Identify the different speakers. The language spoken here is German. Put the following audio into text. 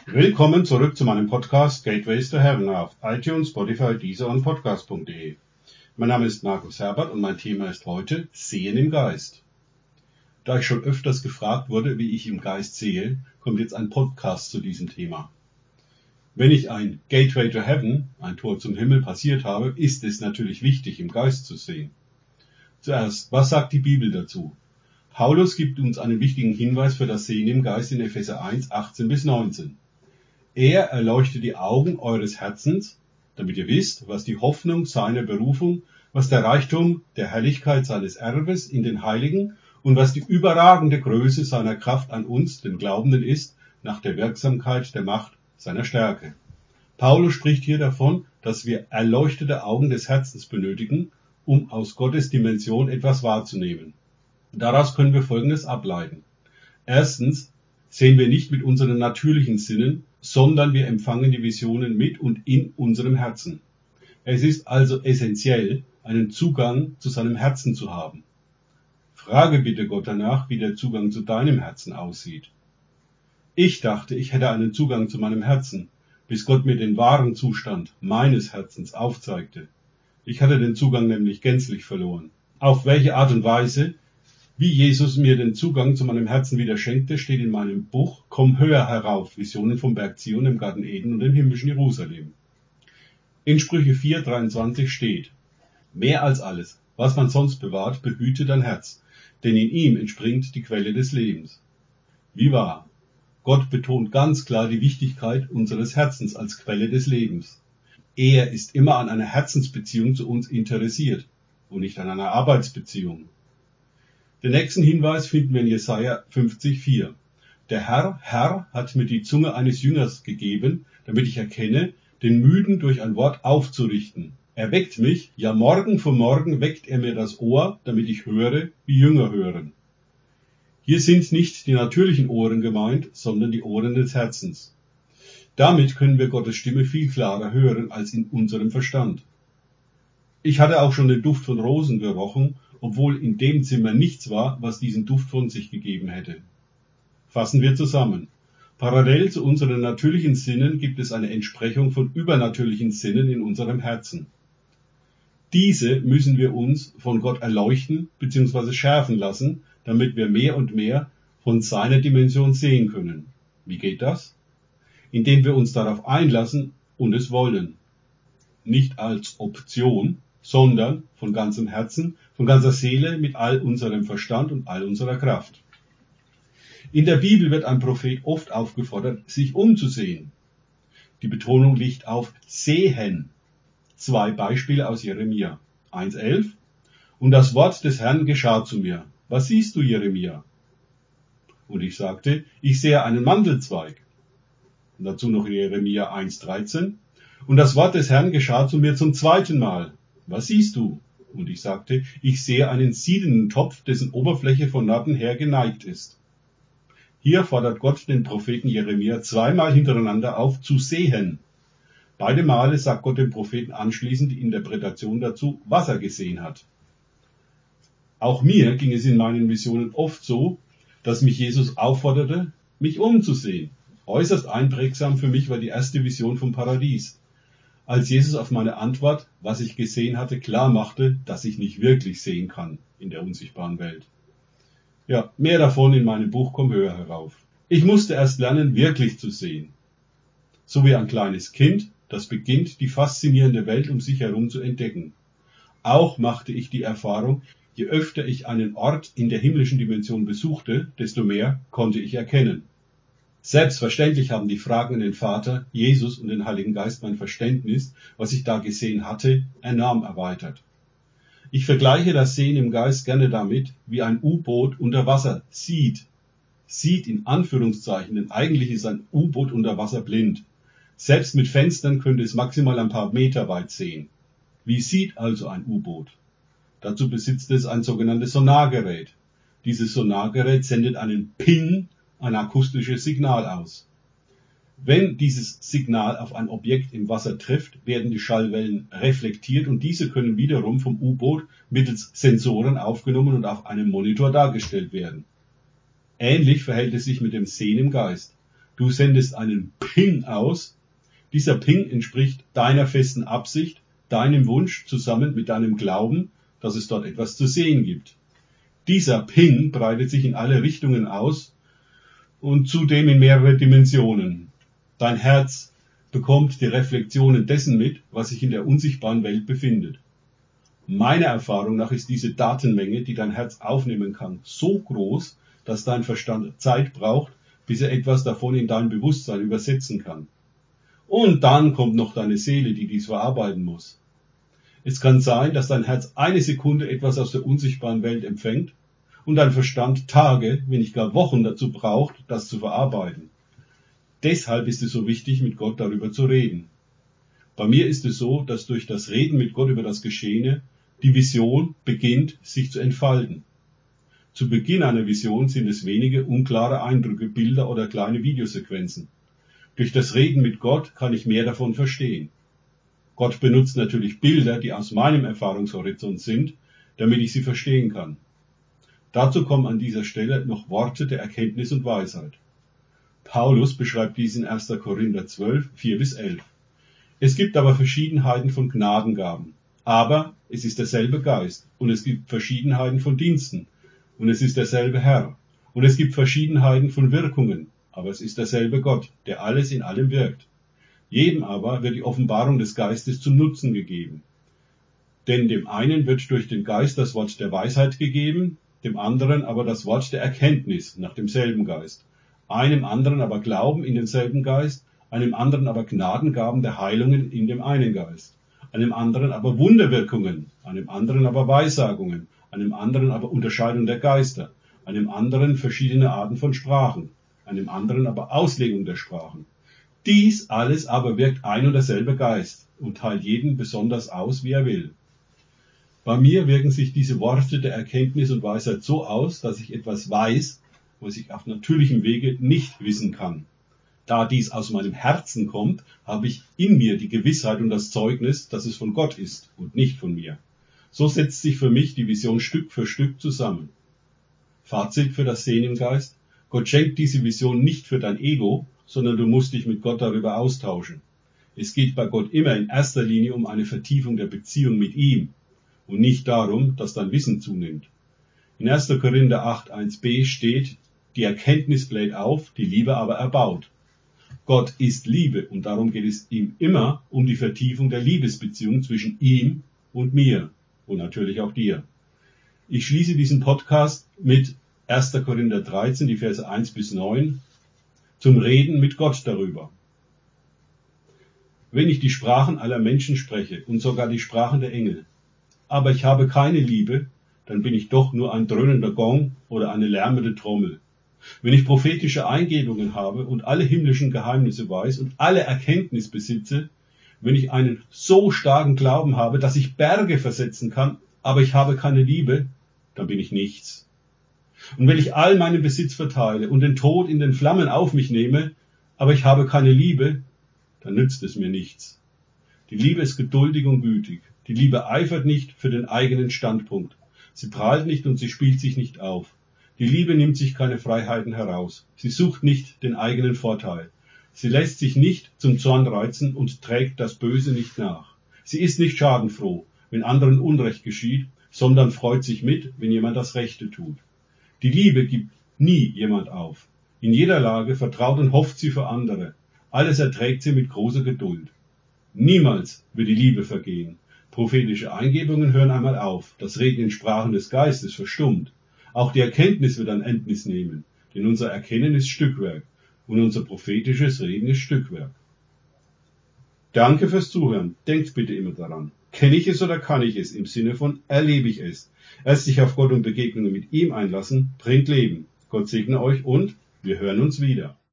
Speaker 1: Willkommen zurück zu meinem Podcast Gateways to Heaven auf iTunes, Spotify, Deezer und Podcast.de. Mein Name ist Markus Herbert und mein Thema ist heute Sehen im Geist. Da ich schon öfters gefragt wurde, wie ich im Geist sehe, kommt jetzt ein Podcast zu diesem Thema. Wenn ich ein Gateway to Heaven, ein Tor zum Himmel, passiert habe, ist es natürlich wichtig, im Geist zu sehen. Zuerst, was sagt die Bibel dazu? Paulus gibt uns einen wichtigen Hinweis für das Sehen im Geist in Epheser 1, 18-19. Er erleuchtet die Augen eures Herzens, damit ihr wisst, was die Hoffnung seiner Berufung, was der Reichtum der Herrlichkeit seines Erbes in den Heiligen und was die überragende Größe seiner Kraft an uns, den Glaubenden, ist, nach der Wirksamkeit der Macht seiner Stärke. Paulus spricht hier davon, dass wir erleuchtete Augen des Herzens benötigen, um aus Gottes Dimension etwas wahrzunehmen. Daraus können wir Folgendes ableiten. Erstens sehen wir nicht mit unseren natürlichen Sinnen, sondern wir empfangen die Visionen mit und in unserem Herzen. Es ist also essentiell, einen Zugang zu seinem Herzen zu haben. Frage bitte Gott danach, wie der Zugang zu deinem Herzen aussieht. Ich dachte, ich hätte einen Zugang zu meinem Herzen, bis Gott mir den wahren Zustand meines Herzens aufzeigte. Ich hatte den Zugang nämlich gänzlich verloren. Auf welche Art und Weise, wie Jesus mir den Zugang zu meinem Herzen wieder schenkte, steht in meinem Buch Komm höher herauf, Visionen vom Berg Zion, im Garten Eden und dem himmlischen Jerusalem. In Sprüche 4,23 steht: Mehr als alles, was man sonst bewahrt, behüte dein Herz, denn in ihm entspringt die Quelle des Lebens. Wie wahr? Gott betont ganz klar die Wichtigkeit unseres Herzens als Quelle des Lebens. Er ist immer an einer Herzensbeziehung zu uns interessiert und nicht an einer Arbeitsbeziehung. Den nächsten Hinweis finden wir in Jesaja 50,4. Der Herr hat mir die Zunge eines Jüngers gegeben, damit ich erkenne, den Müden durch ein Wort aufzurichten. Er weckt mich, ja Morgen für Morgen weckt er mir das Ohr, damit ich höre, wie Jünger hören. Hier sind nicht die natürlichen Ohren gemeint, sondern die Ohren des Herzens. Damit können wir Gottes Stimme viel klarer hören als in unserem Verstand. Ich hatte auch schon den Duft von Rosen gerochen, obwohl in dem Zimmer nichts war, was diesen Duft von sich gegeben hätte. Fassen wir zusammen. Parallel zu unseren natürlichen Sinnen gibt es eine Entsprechung von übernatürlichen Sinnen in unserem Herzen. Diese müssen wir uns von Gott erleuchten bzw. schärfen lassen, damit wir mehr und mehr von seiner Dimension sehen können. Wie geht das? Indem wir uns darauf einlassen und es wollen. Nicht als Option, sondern von ganzem Herzen, von ganzer Seele, mit all unserem Verstand und all unserer Kraft. In der Bibel wird ein Prophet oft aufgefordert, sich umzusehen. Die Betonung liegt auf sehen. 2 Beispiele aus Jeremia. 1,11. Und das Wort des Herrn geschah zu mir. Was siehst du, Jeremia? Und ich sagte, ich sehe einen Mandelzweig. Und dazu noch Jeremia 1,13. Und das Wort des Herrn geschah zu mir zum zweiten Mal. Was siehst du? Und ich sagte, ich sehe einen siedenden Topf, dessen Oberfläche von Norden her geneigt ist. Hier fordert Gott den Propheten Jeremia 2-mal hintereinander auf, zu sehen. Beide Male sagt Gott dem Propheten anschließend die Interpretation dazu, was er gesehen hat. Auch mir ging es in meinen Visionen oft so, dass mich Jesus aufforderte, mich umzusehen. Äußerst einprägsam für mich war die erste Vision vom Paradies, als Jesus auf meine Antwort, was ich gesehen hatte, klar machte, dass ich nicht wirklich sehen kann in der unsichtbaren Welt. Ja, mehr davon in meinem Buch Komm höher herauf. Ich musste erst lernen, wirklich zu sehen. So wie ein kleines Kind, das beginnt, die faszinierende Welt um sich herum zu entdecken. Auch machte ich die Erfahrung, je öfter ich einen Ort in der himmlischen Dimension besuchte, desto mehr konnte ich erkennen. Selbstverständlich haben die Fragen an den Vater, Jesus und den Heiligen Geist mein Verständnis, was ich da gesehen hatte, enorm erweitert. Ich vergleiche das Sehen im Geist gerne damit, wie ein U-Boot unter Wasser sieht. Sieht in Anführungszeichen, denn eigentlich ist ein U-Boot unter Wasser blind. Selbst mit Fenstern könnte es maximal ein paar Meter weit sehen. Wie sieht also ein U-Boot? Dazu besitzt es ein sogenanntes Sonargerät. Dieses Sonargerät sendet einen Ping, ein akustisches Signal aus. Wenn dieses Signal auf ein Objekt im Wasser trifft, werden die Schallwellen reflektiert und diese können wiederum vom U-Boot mittels Sensoren aufgenommen und auf einem Monitor dargestellt werden. Ähnlich verhält es sich mit dem Sehen im Geist. Du sendest einen Ping aus. Dieser Ping entspricht deiner festen Absicht, deinem Wunsch zusammen mit deinem Glauben, dass es dort etwas zu sehen gibt. Dieser Ping breitet sich in alle Richtungen aus und zudem in mehrere Dimensionen. Dein Herz bekommt die Reflexionen dessen mit, was sich in der unsichtbaren Welt befindet. Meiner Erfahrung nach ist diese Datenmenge, die dein Herz aufnehmen kann, so groß, dass dein Verstand Zeit braucht, bis er etwas davon in dein Bewusstsein übersetzen kann. Und dann kommt noch deine Seele, die dies verarbeiten muss. Es kann sein, dass dein Herz eine Sekunde etwas aus der unsichtbaren Welt empfängt und dein Verstand Tage, wenn nicht gar Wochen dazu braucht, das zu verarbeiten. Deshalb ist es so wichtig, mit Gott darüber zu reden. Bei mir ist es so, dass durch das Reden mit Gott über das Geschehene die Vision beginnt, sich zu entfalten. Zu Beginn einer Vision sind es wenige unklare Eindrücke, Bilder oder kleine Videosequenzen. Durch das Reden mit Gott kann ich mehr davon verstehen. Gott benutzt natürlich Bilder, die aus meinem Erfahrungshorizont sind, damit ich sie verstehen kann. Dazu kommen an dieser Stelle noch Worte der Erkenntnis und Weisheit. Paulus beschreibt dies in 1. Korinther 12, 4-11. Es gibt aber Verschiedenheiten von Gnadengaben, aber es ist derselbe Geist, und es gibt Verschiedenheiten von Diensten, und es ist derselbe Herr, und es gibt Verschiedenheiten von Wirkungen, aber es ist derselbe Gott, der alles in allem wirkt. Jedem aber wird die Offenbarung des Geistes zum Nutzen gegeben. Denn dem einen wird durch den Geist das Wort der Weisheit gegeben, dem anderen aber das Wort der Erkenntnis nach demselben Geist, einem anderen aber Glauben in demselben Geist, einem anderen aber Gnadengaben der Heilungen in dem einen Geist, einem anderen aber Wunderwirkungen, einem anderen aber Weissagungen, einem anderen aber Unterscheidung der Geister, einem anderen verschiedene Arten von Sprachen, einem anderen aber Auslegung der Sprachen. Dies alles aber wirkt ein und derselbe Geist und teilt jeden besonders aus, wie er will. Bei mir wirken sich diese Worte der Erkenntnis und Weisheit so aus, dass ich etwas weiß, was ich auf natürlichem Wege nicht wissen kann. Da dies aus meinem Herzen kommt, habe ich in mir die Gewissheit und das Zeugnis, dass es von Gott ist und nicht von mir. So setzt sich für mich die Vision Stück für Stück zusammen. Fazit für das Sehen im Geist: Gott schenkt diese Vision nicht für dein Ego, sondern du musst dich mit Gott darüber austauschen. Es geht bei Gott immer in erster Linie um eine Vertiefung der Beziehung mit ihm und nicht darum, dass dein Wissen zunimmt. In 1. Korinther 8, 1b steht, die Erkenntnis bläht auf, die Liebe aber erbaut. Gott ist Liebe und darum geht es ihm immer um die Vertiefung der Liebesbeziehung zwischen ihm und mir und natürlich auch dir. Ich schließe diesen Podcast mit 1. Korinther 13, die Verse 1-9, zum Reden mit Gott darüber. Wenn ich die Sprachen aller Menschen spreche und sogar die Sprachen der Engel, aber ich habe keine Liebe, dann bin ich doch nur ein dröhnender Gong oder eine lärmende Trommel. Wenn ich prophetische Eingebungen habe und alle himmlischen Geheimnisse weiß und alle Erkenntnis besitze, wenn ich einen so starken Glauben habe, dass ich Berge versetzen kann, aber ich habe keine Liebe, dann bin ich nichts. Und wenn ich all meinen Besitz verteile und den Tod in den Flammen auf mich nehme, aber ich habe keine Liebe, dann nützt es mir nichts. Die Liebe ist geduldig und gütig. Die Liebe eifert nicht für den eigenen Standpunkt. Sie prahlt nicht und sie spielt sich nicht auf. Die Liebe nimmt sich keine Freiheiten heraus. Sie sucht nicht den eigenen Vorteil. Sie lässt sich nicht zum Zorn reizen und trägt das Böse nicht nach. Sie ist nicht schadenfroh, wenn anderen Unrecht geschieht, sondern freut sich mit, wenn jemand das Rechte tut. Die Liebe gibt nie jemand auf. In jeder Lage vertraut und hofft sie für andere. Alles erträgt sie mit großer Geduld. Niemals wird die Liebe vergehen. Prophetische Eingebungen hören einmal auf. Das Reden in Sprachen des Geistes verstummt. Auch die Erkenntnis wird an Endnis nehmen, denn unser Erkennen ist Stückwerk und unser prophetisches Reden ist Stückwerk. Danke fürs Zuhören. Denkt bitte immer daran. Kenne ich es oder kann ich es? Im Sinne von erlebe ich es. Erst sich auf Gott und Begegnungen mit ihm einlassen, bringt Leben. Gott segne euch und wir hören uns wieder.